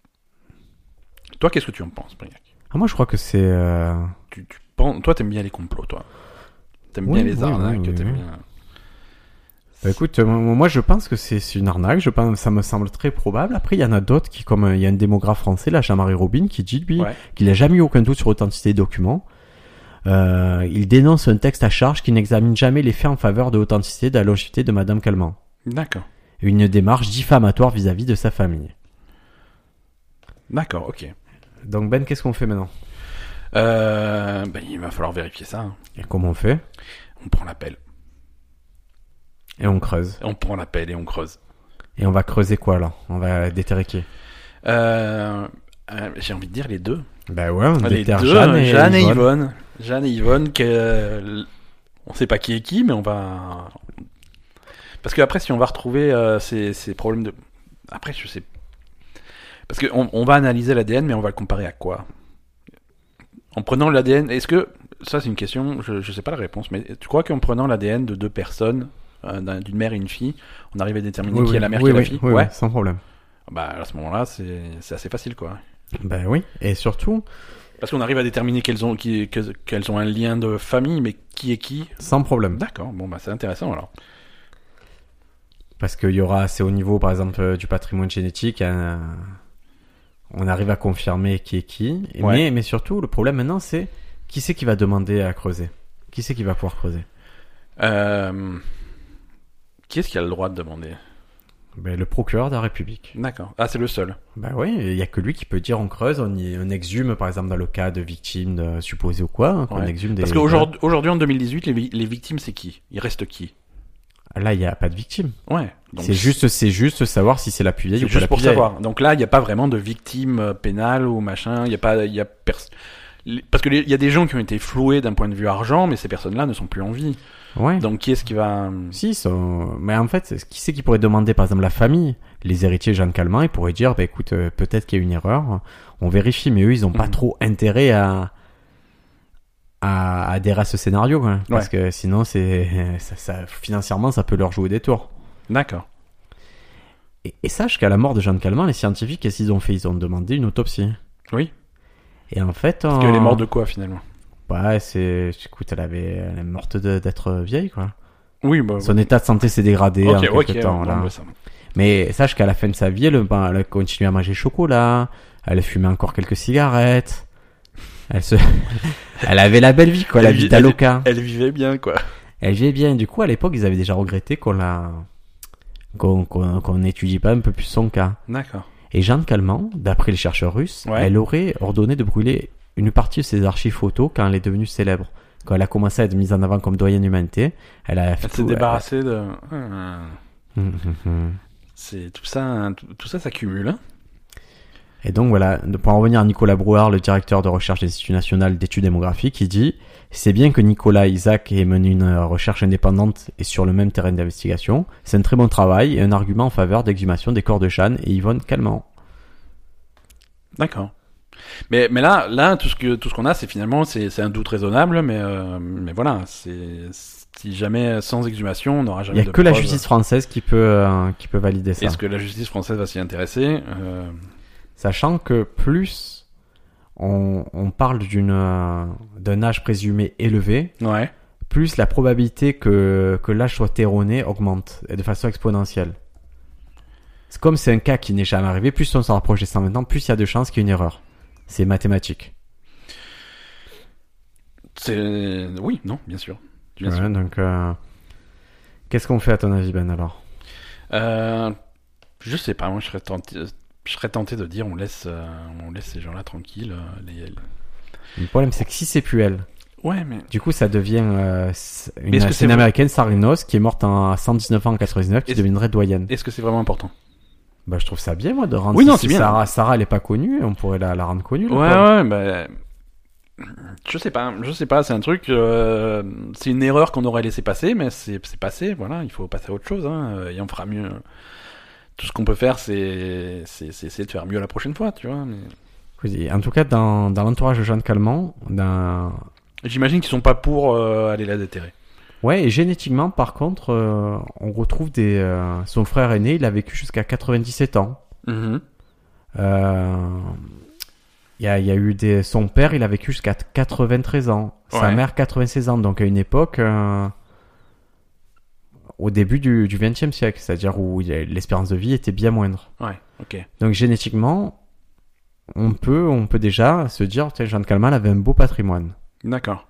Toi, qu'est-ce que tu en penses, Briac? ah, moi, je crois que c'est... Euh... tu, tu penses... Toi, t'aimes bien les complots, toi. T'aimes Oui, bien les oui, arnaques, oui, oui, t'aimes oui. bien... Bah, écoute, euh, moi je pense que c'est, c'est une arnaque, je pense, ça me semble très probable. Après, il y en a d'autres qui, comme euh, il y a un démographe français, là, Jean-Marie Robin, qui dit, lui, Ouais. qu'il n'a jamais eu aucun doute sur l'authenticité des documents. Euh, il dénonce un texte à charge qui n'examine jamais les faits en faveur de l'authenticité de la longévité de Madame Calment. D'accord. Une démarche diffamatoire vis-à-vis de sa famille. D'accord, ok. Donc Ben, qu'est-ce qu'on fait maintenant? Euh, ben, il va falloir vérifier ça. Hein. Et comment on fait? On prend l'appel. Et on creuse. On prend l'appel et on creuse. Et on va creuser quoi là? On va déterrer qui? Euh, euh, j'ai envie de dire les deux. Bah ouais, on les déterre deux, Jeanne et Jeanne et Yvonne. Yvonne. Jeanne et Yvonne, que, euh, on sait pas qui est qui, mais on va... Parce que après, si on va retrouver euh, ces, ces problèmes de... Après, je sais... Parce qu'on on va analyser l'A D N, mais on va le comparer à quoi? En prenant l'A D N, est-ce que... Ça, c'est une question, je, je sais pas la réponse, mais tu crois qu'en prenant l'A D N de deux personnes, euh, d'un- d'une mère et une fille, on arrive à déterminer Oui, qui oui, est la mère, oui, qui est oui, la fille? oui, Ouais. oui, sans problème. Bah, à ce moment-là, c'est c'est assez facile, quoi. Ben oui, et surtout, Parce qu'on arrive à déterminer qu'elles ont, qui- que- qu'elles ont un lien de famille, mais qui est qui? sans problème. D'accord, bon, bah, c'est intéressant, alors. Parce qu'il y aura, c'est au niveau, par exemple, euh, du patrimoine génétique, un- on arrive à confirmer qui est qui. Ouais. Mais, mais surtout, le problème maintenant, c'est qui c'est qui va demander à creuser? Qui c'est qui va pouvoir creuser? Euh... Qui est-ce qui a le droit de demander? Ben, le procureur de la République. D'accord. Ah, c'est le seul. Ben oui, il y a que lui qui peut dire on creuse, on, y, on exhume, par exemple, dans le cas de victimes de, supposées ou quoi, hein, qu'on Ouais. exhume des... Parce qu'aujourd'hui, aujourd'hui, en deux mille dix-huit, les, vi- les victimes, c'est qui? Il reste qui? Là, il n'y a pas de victime. Ouais. Donc, C'est juste, c'est juste savoir si c'est la puisaille c'est ou pas juste la pour puisaille. savoir. Donc là, il n'y a pas vraiment de victime euh, pénale ou machin. Il y a pas, il y a pers- les- parce que les- il y a des gens qui ont été floués d'un point de vue argent, mais ces personnes-là ne sont plus en vie. Ouais. Donc qui est-ce qui va? Si, ça- mais en fait, qui c'est qui pourrait demander, par exemple, la famille, les héritiers Jeanne Calment, ils pourraient dire, bah écoute, euh, peut-être qu'il y a une erreur, on vérifie, mais eux, ils ont pas Mhm. trop intérêt à, à adhérer à ce scénario, quoi, parce Ouais. que sinon, c'est, ça, ça- financièrement, ça peut leur jouer des tours. D'accord. Et, et sache qu'à la mort de Jeanne Calment, les scientifiques, qu'est-ce qu'ils ont fait? Ils ont demandé une autopsie. Oui. Et en fait, Parce qu'elle est morte de quoi finalement? ouais, c'est, écoute, elle avait, elle est morte de- d'être vieille, quoi. Oui, bah. Son état de santé s'est dégradé Ok, en quelque ok. temps, bon, là. bah, ça- Mais sache qu'à la fin de sa vie, elle, ben, elle a continué à manger chocolat, elle fumait encore quelques cigarettes, elle se, elle avait la belle vie, quoi, la Elle vie vit- d'Aloca. Elle vivait bien, quoi. Elle vivait bien. Du coup, à l'époque, ils avaient déjà regretté qu'on la, qu'on, qu'on, qu'on n'étudie pas un peu plus son cas. D'accord. Et Jeanne Calment, d'après les chercheurs russes, Ouais. elle aurait ordonné de brûler une partie de ses archives photos quand elle est devenue célèbre. Quand elle a commencé à être mise en avant comme doyenne d'humanité, elle a Elle s'est débarrassée de. Ah. Hum, hum, hum. C'est tout ça, tout, tout ça s'accumule. Hein. Et donc voilà, pour en revenir à Nicolas Brouard, le directeur de recherche de l'Institut national d'études démographiques, il dit « C'est bien que Nicolas Isaac ait mené une recherche indépendante et sur le même terrain d'investigation. C'est un très bon travail et un argument en faveur d'exhumation des corps de Jeanne et Yvonne Calment. D'accord. Mais mais là là tout ce que tout ce qu'on a c'est finalement c'est c'est un doute raisonnable mais euh, mais voilà c'est si jamais sans exhumation on n'aura » Il jamais n'y a de que la preuves. justice française qui peut, euh, qui peut valider ça. Est-ce que la justice française va s'y intéresser euh... Sachant que plus on, on parle d'une, euh, d'un âge présumé élevé, Ouais. plus la probabilité que, que l'âge soit erroné augmente et de façon exponentielle. C'est comme c'est un cas qui n'est jamais arrivé, plus on s'en rapproche des cent vingt ans, plus il y a de chances qu'il y ait une erreur. C'est mathématique. C'est oui non bien sûr. Bien Ouais, sûr. donc, euh, qu'est-ce qu'on fait à ton avis, Ben, alors? Euh, je sais pas moi je serais tenté je serais tenté de dire on laisse euh, on laisse ces gens-là tranquilles. euh, les... Le problème, c'est que si c'est plus elle, Ouais mais du coup, ça devient euh, c- une, est-ce que c'est c'est une vrai américaine, Sarinos, qui est morte en cent dix-neuf ans en quatre-vingt-dix-neuf, qui Est-ce- deviendrait doyenne. est-ce que c'est vraiment important? Bah, je trouve ça bien, moi, de rendre. Oui, si non, si c'est bien. Sarah, Sarah, elle est pas connue, on pourrait la, la rendre connue. la Ouais, pauvre. ouais, bah. Je sais pas, je sais pas, c'est un truc. Euh, c'est une erreur qu'on aurait laissé passer, mais c'est, c'est passé, voilà, il faut passer à autre chose, hein, euh, et on fera mieux. Tout ce qu'on peut faire, c'est, c'est, c'est essayer de faire mieux la prochaine fois, tu vois. Mais... Oui, en tout cas, dans, dans l'entourage de Jeanne Calment, dans... J'imagine qu'ils sont pas pour euh, aller la déterrer. ouais, et génétiquement, par contre, euh, on retrouve des. Euh, son frère aîné, il a vécu jusqu'à quatre-vingt-dix-sept ans. Mm-hmm. Euh, Il y a, il y a eu des. Son père, il a vécu jusqu'à quatre-vingt-treize ans. Sa Ouais. mère, quatre-vingt-seize ans. Donc à une époque, euh, au début du, du vingtième siècle, c'est-à-dire où il y a- l'espérance de vie était bien moindre. Ouais, ok. Donc génétiquement, on peut, on peut déjà se dire, tiens, Jeanne Calment avait un beau patrimoine. D'accord.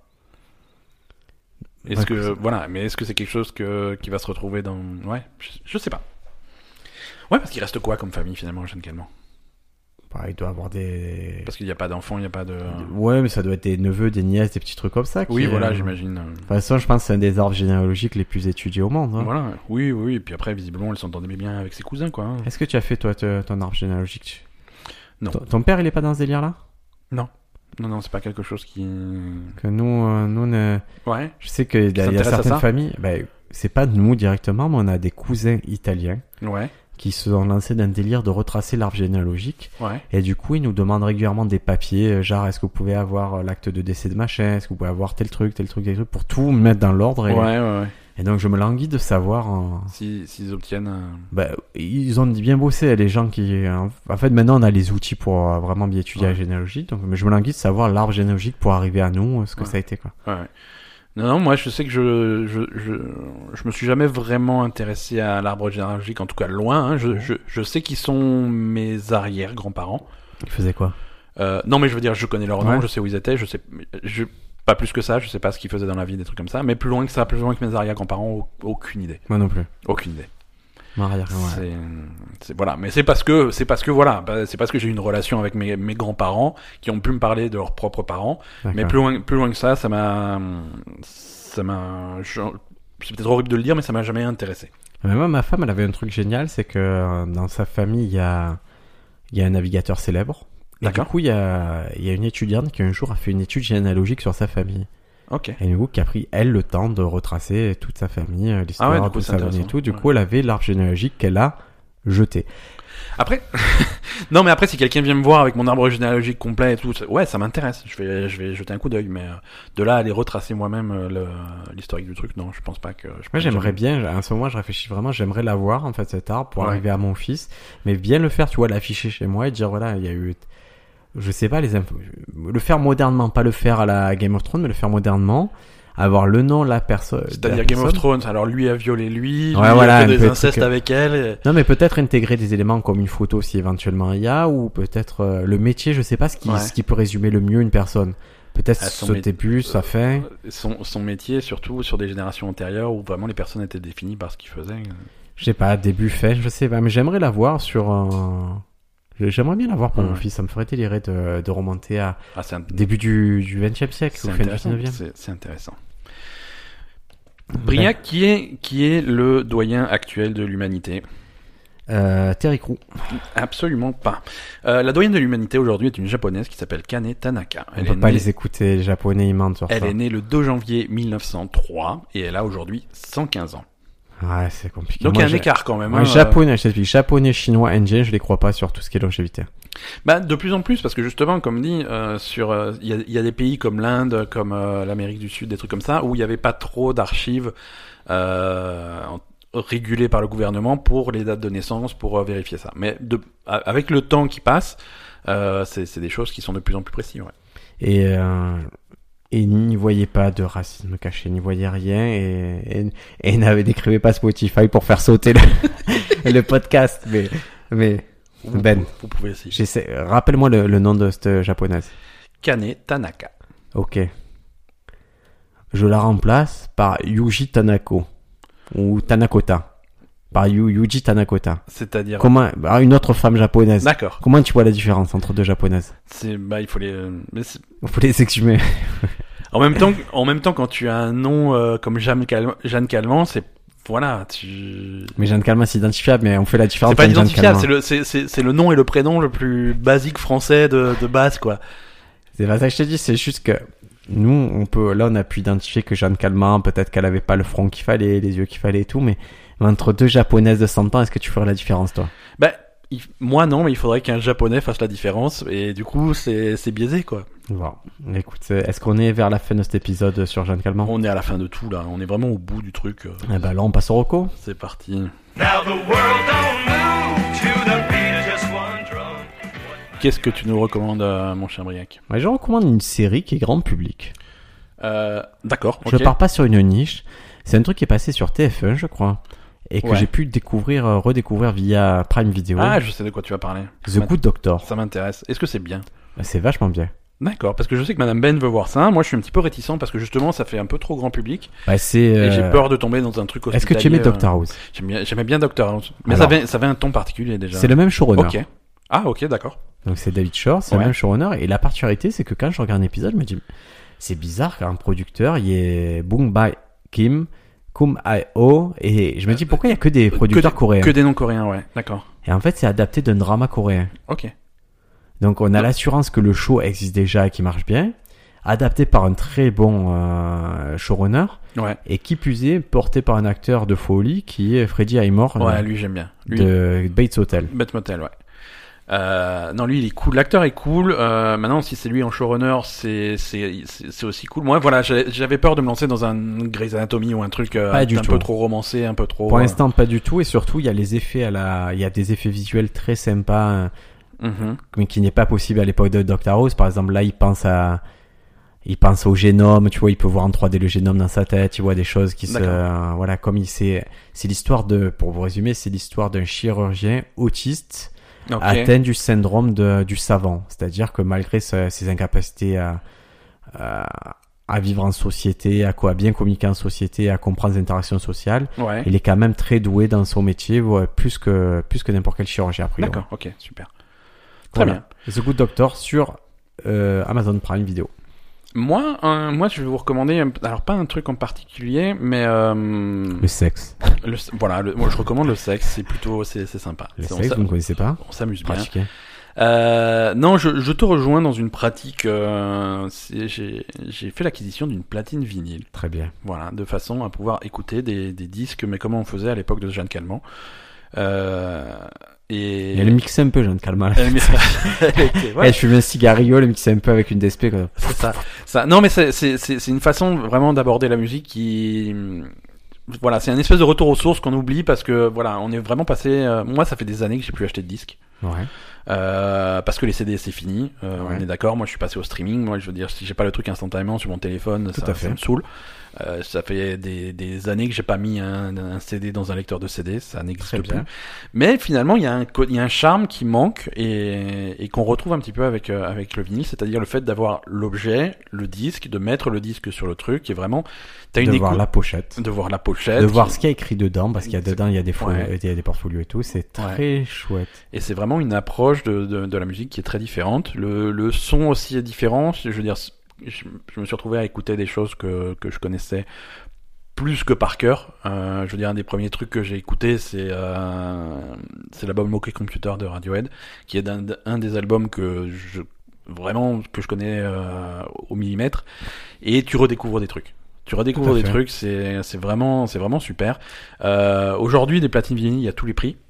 Est-ce Ouais, que, c'est- voilà, mais est-ce que c'est quelque chose que, qui va se retrouver dans... Ouais, je, je sais pas. Ouais, parce qu'il reste quoi comme famille, finalement, Jeanne Calment? Bah, il doit avoir des... Parce qu'il n'y a pas d'enfants, il n'y a pas de... Ouais, mais ça doit être des neveux, des nièces, des petits trucs comme ça. Qui, Oui, voilà, euh, j'imagine. De toute façon, je pense que c'est un des arbres généalogiques les plus étudiés au monde. Hein. Voilà, oui, oui, et puis après, visiblement, elle s'entendait bien avec ses cousins, quoi. Est-ce que tu as fait, toi, te- ton arbre généalogique? Non. Ton, ton père, il est pas dans ce délire-là? Non, non, c'est pas quelque chose qui... Que nous, euh, nous ne... Ouais, je sais qu'il y a, il y a s'intéresse à certaines ça familles, ben, c'est pas nous directement, mais on a des cousins italiens ouais, qui se sont lancés dans un délire de retracer l'arbre généalogique. ouais. Et du coup, ils nous demandent régulièrement des papiers, euh, genre, est-ce que vous pouvez avoir euh, l'acte de décès de machin, est-ce que vous pouvez avoir tel truc, tel truc, tel truc, pour tout mettre dans l'ordre. Et, Ouais, ouais, ouais. et donc, je me languis de savoir... euh, Si, s'ils obtiennent... euh, Ben, ils ont bien bossé, les gens qui... En fait, maintenant, on a les outils pour euh, vraiment bien étudier Ouais. la généalogie. Donc, mais je me languis de savoir l'arbre généalogique pour arriver à nous, euh, ce que Ouais. ça a été, quoi. Ouais, ouais. Non, non, moi je sais que je, je, je, je me suis jamais vraiment intéressé à l'arbre généalogique, en tout cas loin. Hein. Je, je, je sais qui sont mes arrière-grands-parents. Ils faisaient quoi? Euh, non, mais je veux dire, je connais leur nom, Ouais. je sais où ils étaient, je sais, je, pas plus que ça, je sais pas ce qu'ils faisaient dans la vie, des trucs comme ça, mais plus loin que ça, plus loin que mes arrière-grands-parents, au- aucune idée. Moi non plus. Aucune idée. Mon arrière, ouais. C'est, c'est voilà, mais c'est parce que, c'est parce que voilà, bah, c'est parce que j'ai eu une relation avec mes, mes grands-parents qui ont pu me parler de leurs propres parents. Mais D'accord. plus loin, plus loin que ça, ça m'a, ça m'a, je- c'est peut-être horrible de le dire, mais ça m'a jamais intéressé. Mais moi, ma femme, elle avait un truc génial, c'est que euh, dans sa famille, il y a, il y a un navigateur célèbre. Et D'accord. du coup, il y a, il y a une étudiante qui un jour a fait une étude généalogique sur sa famille. Ok. Et du coup, qui a pris, elle, le temps de retracer toute sa famille, euh, l'histoire Ah ouais, du coup, de c'est sa famille et intéressant. tout. Du Ouais. coup, elle avait l'arbre généalogique qu'elle a jeté. Après, non, mais après, si quelqu'un vient me voir avec mon arbre généalogique complet et tout, ça- ouais, ça m'intéresse. Je vais, je vais jeter un coup d'œil, mais euh, de là à aller retracer moi-même euh, le, l'historique du truc, non, je pense pas que. Je Moi, j'aimerais bien, à ce moment, je réfléchis vraiment, j'aimerais l'avoir, en fait, cet arbre, pour Ouais. arriver à mon fils, mais bien le faire, tu vois, l'afficher chez moi et dire, voilà, il y a eu, je sais pas, les infos, le faire modernement, pas le faire à la Game of Thrones, mais le faire modernement, avoir le nom, la personne. C'est-à-dire Game of Thrones, alors lui a violé lui, Ouais, lui voilà, a un fait peu des de incestes truc. avec elle. et- Non, mais peut-être intégrer des éléments comme une photo si éventuellement il y a, ou peut-être euh, le métier, je sais pas ce qui, Ouais. ce qui peut résumer le mieux une personne. Peut-être Ah, son son mé- début, sa fin. Son, son métier, surtout sur des générations antérieures où vraiment les personnes étaient définies par ce qu'ils faisaient. Je sais pas, début, fin, je sais pas, mais j'aimerais l'avoir sur un... J'aimerais bien l'avoir pour Ouais. mon fils, ça me ferait délirer de, de remonter à Ah, c'est un- début du, du vingtième siècle, c'est ou fin du intéressant. dix-neuvième. C'est, c'est intéressant. Briac, qui est, qui est le doyen actuel de l'humanité? Euh, Terry Crew. Absolument pas. Euh, la doyenne de l'humanité aujourd'hui est une japonaise qui s'appelle Kane Tanaka. On Elle, peut est, pas née, les écouter, les japonais, ils mentent sur elle ça. est née le deux janvier mille neuf cent trois et elle a aujourd'hui cent quinze ans. Ouais, c'est compliqué. Donc il y Moi, a un j'ai- écart quand même. Moi, hein, japonais, je t'explique, japonais, chinois, indien, je les crois pas sur tout ce qui est longévité. Bah, de plus en plus, parce que justement, comme dit, euh, sur, euh, il y, a, il y a des pays comme l'Inde, comme euh, l'Amérique du Sud, des trucs comme ça, où il n'y avait pas trop d'archives euh, en- régulées par le gouvernement pour les dates de naissance, pour euh, vérifier ça. Mais de, a- avec le temps qui passe, euh, c'est, c'est des choses qui sont de plus en plus précises. Ouais. Et, euh, et n'y voyez pas de racisme caché, n'y voyez rien, et, et, et n'avez- n'écrivez pas Spotify pour faire sauter le, le podcast, mais, mais, Vous, Ben. vous, vous pouvez essayer. j'essaie, rappelle-moi le, le nom de cette japonaise. Kane Tanaka. Ok. Je la remplace par Yuji Tanako. Ou Tanakota. Par Yu, Yuji Tanakota. C'est-à-dire. Comment, bah, une autre femme japonaise. D'accord. Comment tu vois la différence entre deux japonaises? C'est, bah, il faut les. euh, mais c'est- Il faut les exhumer. en même temps, en même temps, quand tu as un nom euh, comme Jeanne Calment, Jeanne Calment, c'est voilà, tu. Mais Jeanne Calment, c'est identifiable, mais on fait la différence C'est pas entre Jeanne identifiable, Calment. c'est le, c'est, c'est, c'est le nom et le prénom le plus basique français de, de base, quoi. C'est pas ça que je te dis, c'est juste que nous, on peut, là, on a pu identifier que Jeanne Calment, peut-être qu'elle avait pas le front qu'il fallait, les yeux qu'il fallait et tout, mais entre deux japonaises de cent ans, est-ce que tu ferais la différence, toi? Ben, il- moi non, mais il faudrait qu'un japonais fasse la différence, et du coup, c'est, c'est biaisé, quoi. Bon. Écoute, est-ce qu'on est vers la fin de cet épisode sur Jeanne Calment? On est à la fin de tout, là. On est vraiment au bout du truc. euh. Eh ben là, on passe au reco. C'est parti. Now the world don't move to the beat of just one drum. Qu'est-ce que tu nous recommandes, euh, mon cher Briac? Ouais, je recommande une série qui est grand public. euh, D'accord, Je ok. pars pas sur une niche. C'est un truc qui est passé sur T F un, je crois, et que Ouais. j'ai pu découvrir, euh, redécouvrir via Prime Video. Ah, je sais de quoi tu vas parler. The Ça Good Doctor. Ça m'intéresse. Est-ce que c'est bien? C'est vachement bien. D'accord, parce que je sais que Madame Ben veut voir ça. Moi, je suis un petit peu réticent parce que justement, ça fait un peu trop grand public Bah, c'est. et j'ai euh, peur de tomber dans un truc hospitalier. Est-ce que tu aimais euh, Doctor House? J'aime bien, j'aimais bien Doctor House, mais Alors, ça avait, ça avait un ton particulier déjà. C'est le même showrunner. Ok. Ah, ok, d'accord. Donc c'est David Shore, c'est Ouais. le même showrunner. Et la particularité, c'est que quand je regarde un épisode, je me dis, c'est bizarre qu'un producteur, il y ait Bong Ba Kim, Kum Ai-ho, et je me dis pourquoi il y a que des producteurs que, coréens. Que des noms coréens, ouais. D'accord. Et en fait, c'est adapté d'un drama coréen. Ok. Donc on a l'assurance que le show existe déjà et qui marche bien, adapté par un très bon euh, showrunner, Ouais. et qui plus est porté par un acteur de folie qui est Freddie Highmore Ouais, euh, lui j'aime bien. Lui, de Bates Hotel. Bates Motel, ouais. Euh, non, lui il est cool. L'acteur est cool. Euh, maintenant, si c'est lui en showrunner, c'est c'est c'est c'est aussi cool. Moi, voilà, j'avais j'avais peur de me lancer dans un Grey's Anatomy ou un truc euh, Pas du un tout. peu trop romancé, un peu trop. Pour euh, l'instant, pas du tout, et surtout il y a les effets à la, il y a des effets visuels très sympas. euh, mhm. mais qui n'est pas possible à l'époque de Doctor House. Par exemple, là, il pense à, il pense au génome, tu vois, il peut voir en trois D le génome dans sa tête, il voit des choses qui se, D'accord. euh, voilà, comme il sait, c'est l'histoire de, pour vous résumer, c'est l'histoire d'un chirurgien autiste Ok. atteint du syndrome de, du savant. C'est-à-dire que malgré sa- ses incapacités à, à, à vivre en société, à quoi, à bien communiquer en société, à comprendre les interactions sociales, Ouais. il est quand même très doué dans son métier, ouais, plus que, plus que n'importe quel chirurgien, a priori. D'accord. Ok. Super. Très Voilà. bien. Et The Good Doctor sur euh, Amazon Prime Video. Moi, euh, moi, je vais vous recommander. un- Alors, pas un truc en particulier, mais euh, Le sexe. le, voilà. Le, moi, je recommande le sexe. C'est plutôt, c'est c'est sympa. Le C'est- on sexe, s'a- vous ne connaissez pas? on s'amuse bien. Pratiquez. Euh, non, je, je te rejoins dans une pratique. Euh, c'est- j'ai j'ai fait l'acquisition d'une platine vinyle. Très bien. Voilà, de façon à pouvoir écouter des, des disques, mais comme on faisait à l'époque de Jeanne Calment. Euh, et Il y a le mixé un peu, Jeanne Calment. Elle met- Elle était- ouais, Eh, je fume un cigarillo, le mixé un peu avec une D S P. Quoi. c'est ça, ça. Non, mais c'est c'est c'est c'est une façon vraiment d'aborder la musique qui, voilà, c'est un espèce de retour aux sources qu'on oublie parce que voilà, on est vraiment passé. euh, moi, ça fait des années que j'ai plus acheté de disques. Ouais. Euh, parce que les C D c'est fini, euh, Ouais. on est d'accord. Moi je suis passé au streaming. Moi je veux dire, si j'ai pas le truc instantanément sur mon téléphone, Tout ça, à fait. ça me saoule. Euh, ça fait des, des années que j'ai pas mis un, un C D dans un lecteur de C D, ça Très n'existe bien. plus. Mais finalement il y a un co- il y a un charme qui manque et, et qu'on retrouve un petit peu avec euh, avec le vinyle, c'est-à-dire le fait d'avoir l'objet, le disque, de mettre le disque sur le truc et vraiment t'as une De voir écoute, la pochette. de voir la pochette, De voir qui- ce qu'il y a écrit dedans, parce qu'il y a C'est- dedans, il y a des, fo- Ouais. il y a des portfolios et tout. C'est très chouette. Et c'est vraiment une approche de, de, de la musique qui est très différente. Le, le son aussi est différent. Je veux dire, je, je me suis retrouvé à écouter des choses que, que je connaissais plus que par cœur. Euh, je veux dire, un des premiers trucs que j'ai écouté, c'est euh, c'est l'album OK Computer de Radiohead, qui est un, un des albums que je vraiment que je connais euh, au millimètre. Et tu redécouvres des trucs. Tu redécouvres Tout à des fait. trucs, c'est c'est vraiment c'est vraiment super. Euh, Aujourd'hui, des platines vinyles, il y a tous les prix.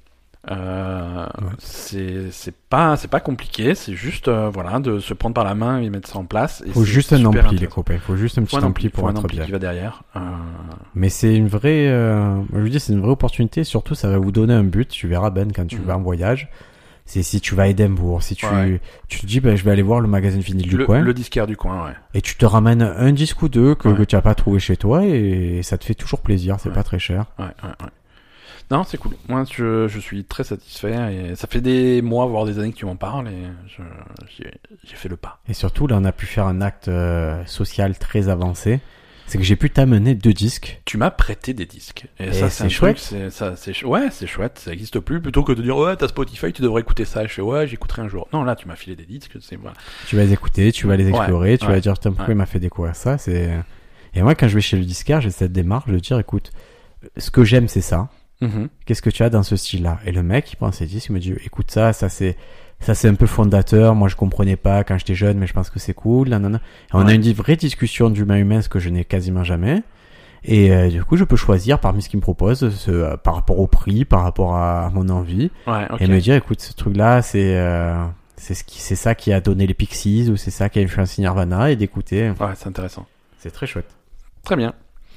Euh, Ouais. c'est c'est pas c'est pas compliqué, c'est juste euh, voilà de se prendre par la main et mettre ça en place. Et Faut c'est juste un super ampli, les intéressant. copains. Faut juste un petit Faut un ampli pour faut un être ampli bien. qui va derrière. Euh, Mais c'est une vraie, euh, je veux dire, c'est une vraie opportunité. Surtout, ça va vous donner un but. Tu verras, Ben, quand tu Mhm. vas en voyage. C'est si tu vas à Édimbourg, si tu, Ouais. tu te dis, ben, je vais aller voir le magazine vinyle du le, coin. le disquaire du coin, ouais. Et tu te ramènes un disque ou deux que, Ouais. que tu n'as pas trouvé chez toi et ça te fait toujours plaisir. C'est Ouais. pas très cher. Ouais, ouais, ouais. Non, c'est cool. Moi, je, je suis très satisfait et ça fait des mois, voire des années que tu m'en parles et je, j'ai, j'ai fait le pas. Et surtout, là, on a pu faire un acte euh, social très avancé. C'est que j'ai pu t'amener deux disques. Tu m'as prêté des disques et, Et ça, c'est c'est un chouette. truc, c'est ça, c'est ch- ouais, c'est chouette. Ça existe plus. Plutôt que de dire ouais, t'as Spotify, tu devrais écouter ça. Je fais ouais, j'écouterai un jour. Non, là, tu m'as filé des disques. C'est voilà. Tu vas les écouter, tu vas les explorer, tu ouais, vas dire, tiens, pourquoi ouais. il m'a fait découvrir ça? C'est... Et moi, quand je vais chez le disquaire, j'ai cette démarche de dire, écoute, ce que j'aime, c'est ça. Mhm. Qu'est-ce que tu as dans ce style-là? Et le mec, il prend ses disques, il me dit, écoute ça, ça c'est, ça c'est un peu fondateur. Moi, je comprenais pas quand j'étais jeune, mais je pense que c'est cool. Nanana. Et on Ouais. a une vraie discussion d'humain humain, ce que je n'ai quasiment jamais. Et euh, du coup, je peux choisir parmi ce qu'il me propose, ce, euh, par rapport au prix, par rapport à, à mon envie, Ouais, ok. et me dire, écoute, ce truc-là, c'est, euh, c'est ce qui, c'est ça qui a donné les Pixies ou c'est ça qui a influencé Nirvana, et d'écouter. Ouais, c'est intéressant. C'est très chouette. Très bien.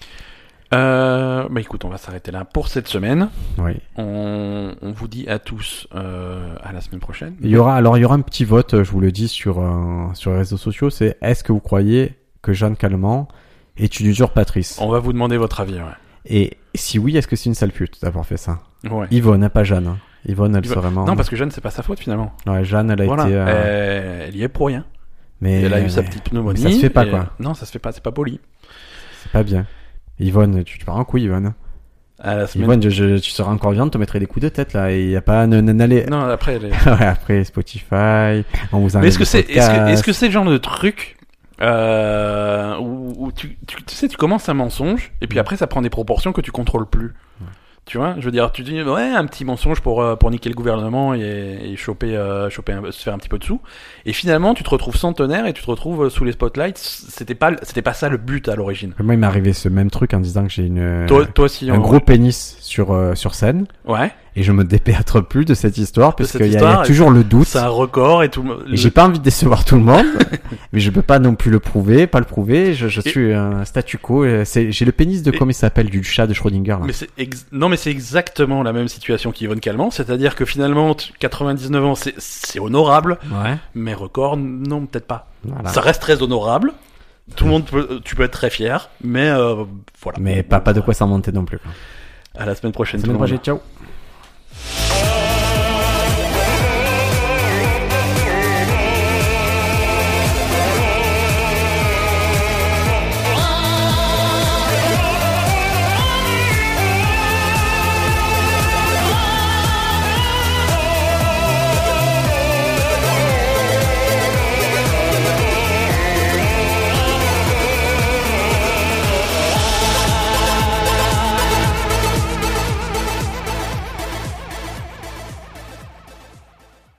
Euh, bah écoute, on va s'arrêter là pour cette semaine. Oui. On, on vous dit à tous euh, à la semaine prochaine. Il y aura, alors il y aura un petit vote, je vous le dis sur, euh, sur les réseaux sociaux, c'est est-ce que vous croyez que Jeanne Calment est une usurpatrice? On va vous demander votre avis. Ouais. Et si oui, est-ce que c'est une sale pute d'avoir fait ça? Ouais. Yvonne, hein, pas Jeanne. hein. Yvonne, elle Yvonne- serait vraiment. Non, parce que Jeanne, c'est pas sa faute finalement. Ouais, Jeanne, elle a Voilà. été. euh, Euh, Elle y est pour rien. Mais Elle a eu sa petite pneumonie. ça se fait pas, et- quoi. Non, ça se fait pas, c'est pas poli. C'est pas bien. Yvonne, tu, tu pars en couille, Yvonne. À la semaine... Yvonne, je, je- tu seras encore viande, te mettrais des coups de tête là. Et y a pas. N'allez. Non, après, elle est... Ouais, après Spotify, on vous Mais est-ce que enlève c'est, le est-ce que, podcast. est-ce que c'est le genre de truc euh, où, où tu, tu, tu sais, tu commences un mensonge et puis après ça prend des proportions que tu contrôles plus. Tu vois, je veux dire, tu dis ouais, un petit mensonge pour euh, pour niquer le gouvernement et, et choper euh, choper un, se faire un petit peu de sous. Et finalement, tu te retrouves centenaire et tu te retrouves sous les spotlights. C'était pas c'était pas ça le but à l'origine. Moi, il m'est arrivé ce même truc en disant que j'ai une Toi, toi aussi, un on- gros pénis sur euh, sur scène ouais, et je me dépêtre plus de cette histoire parce cette qu'il y, a- histoire, y a toujours le doute. c'est un record et tout. le- Et j'ai pas envie de décevoir tout le monde, mais je peux pas non plus le prouver, pas le prouver. Je, je Et- suis un statu quo. et c'est- J'ai le pénis de Et- comment il s'appelle du chat de Schrödinger là. Mais c'est ex- non, mais c'est exactement la même situation qu'Yvonne Calment, c'est-à-dire que finalement, t- quatre-vingt-dix-neuf ans, c'est c'est honorable, Ouais. mais record, non, peut-être pas. Voilà. Ça reste très honorable. Tout le monde peut, tu peux être très fier, mais euh, voilà. Mais pas pas de quoi s'en monter non plus. Quoi. À la semaine prochaine. La tout semaine le monde. prochaine, ciao.